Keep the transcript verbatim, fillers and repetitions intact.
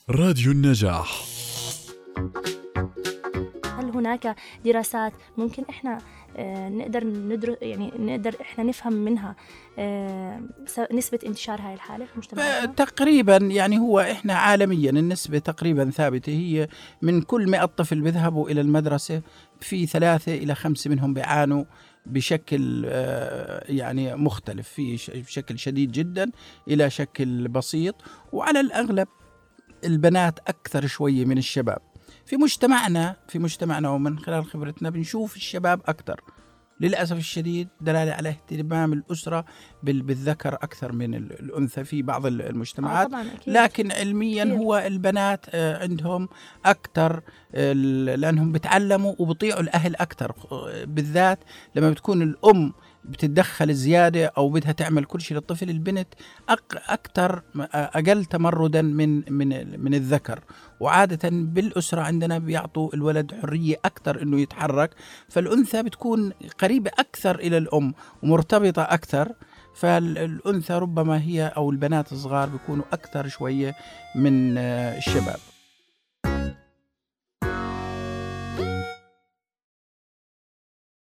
راديو النجاح. هل هناك دراسات ممكن إحنا نقدر ندرس يعني نقدر إحنا نفهم منها نسبة انتشار هاي الحالة في مجتمعنا؟ تقريبا يعني هو إحنا عالميا النسبة تقريبا ثابتة، هي من كل مئة طفل بيذهبوا إلى المدرسة في ثلاثة إلى خمسة منهم بيعانوا بشكل يعني مختلف، في بشكل شديد جدا إلى شكل بسيط، وعلى الأغلب البنات أكثر شوية من الشباب. في مجتمعنا في مجتمعنا ومن خلال خبرتنا بنشوف الشباب أكثر للأسف الشديد، دلالة على اهتمام الأسرة بالذكر أكثر من الأنثى في بعض المجتمعات. لكن علميا كثير. هو البنات عندهم أكثر لأنهم بتعلموا وبطيعوا الأهل أكثر، بالذات لما بتكون الأم بتتدخل زيادة أو بدها تعمل كل شيء للطفل. البنت أكثر أقل تمردا من من من الذكر، وعادة بالأسرة عندنا بيعطوا الولد حرية أكثر إنه يتحرك، فالأنثى بتكون قريبة أكثر إلى الأم ومرتبطة أكثر، فالأنثى ربما هي أو البنات الصغار بيكونوا أكثر شوية من الشباب.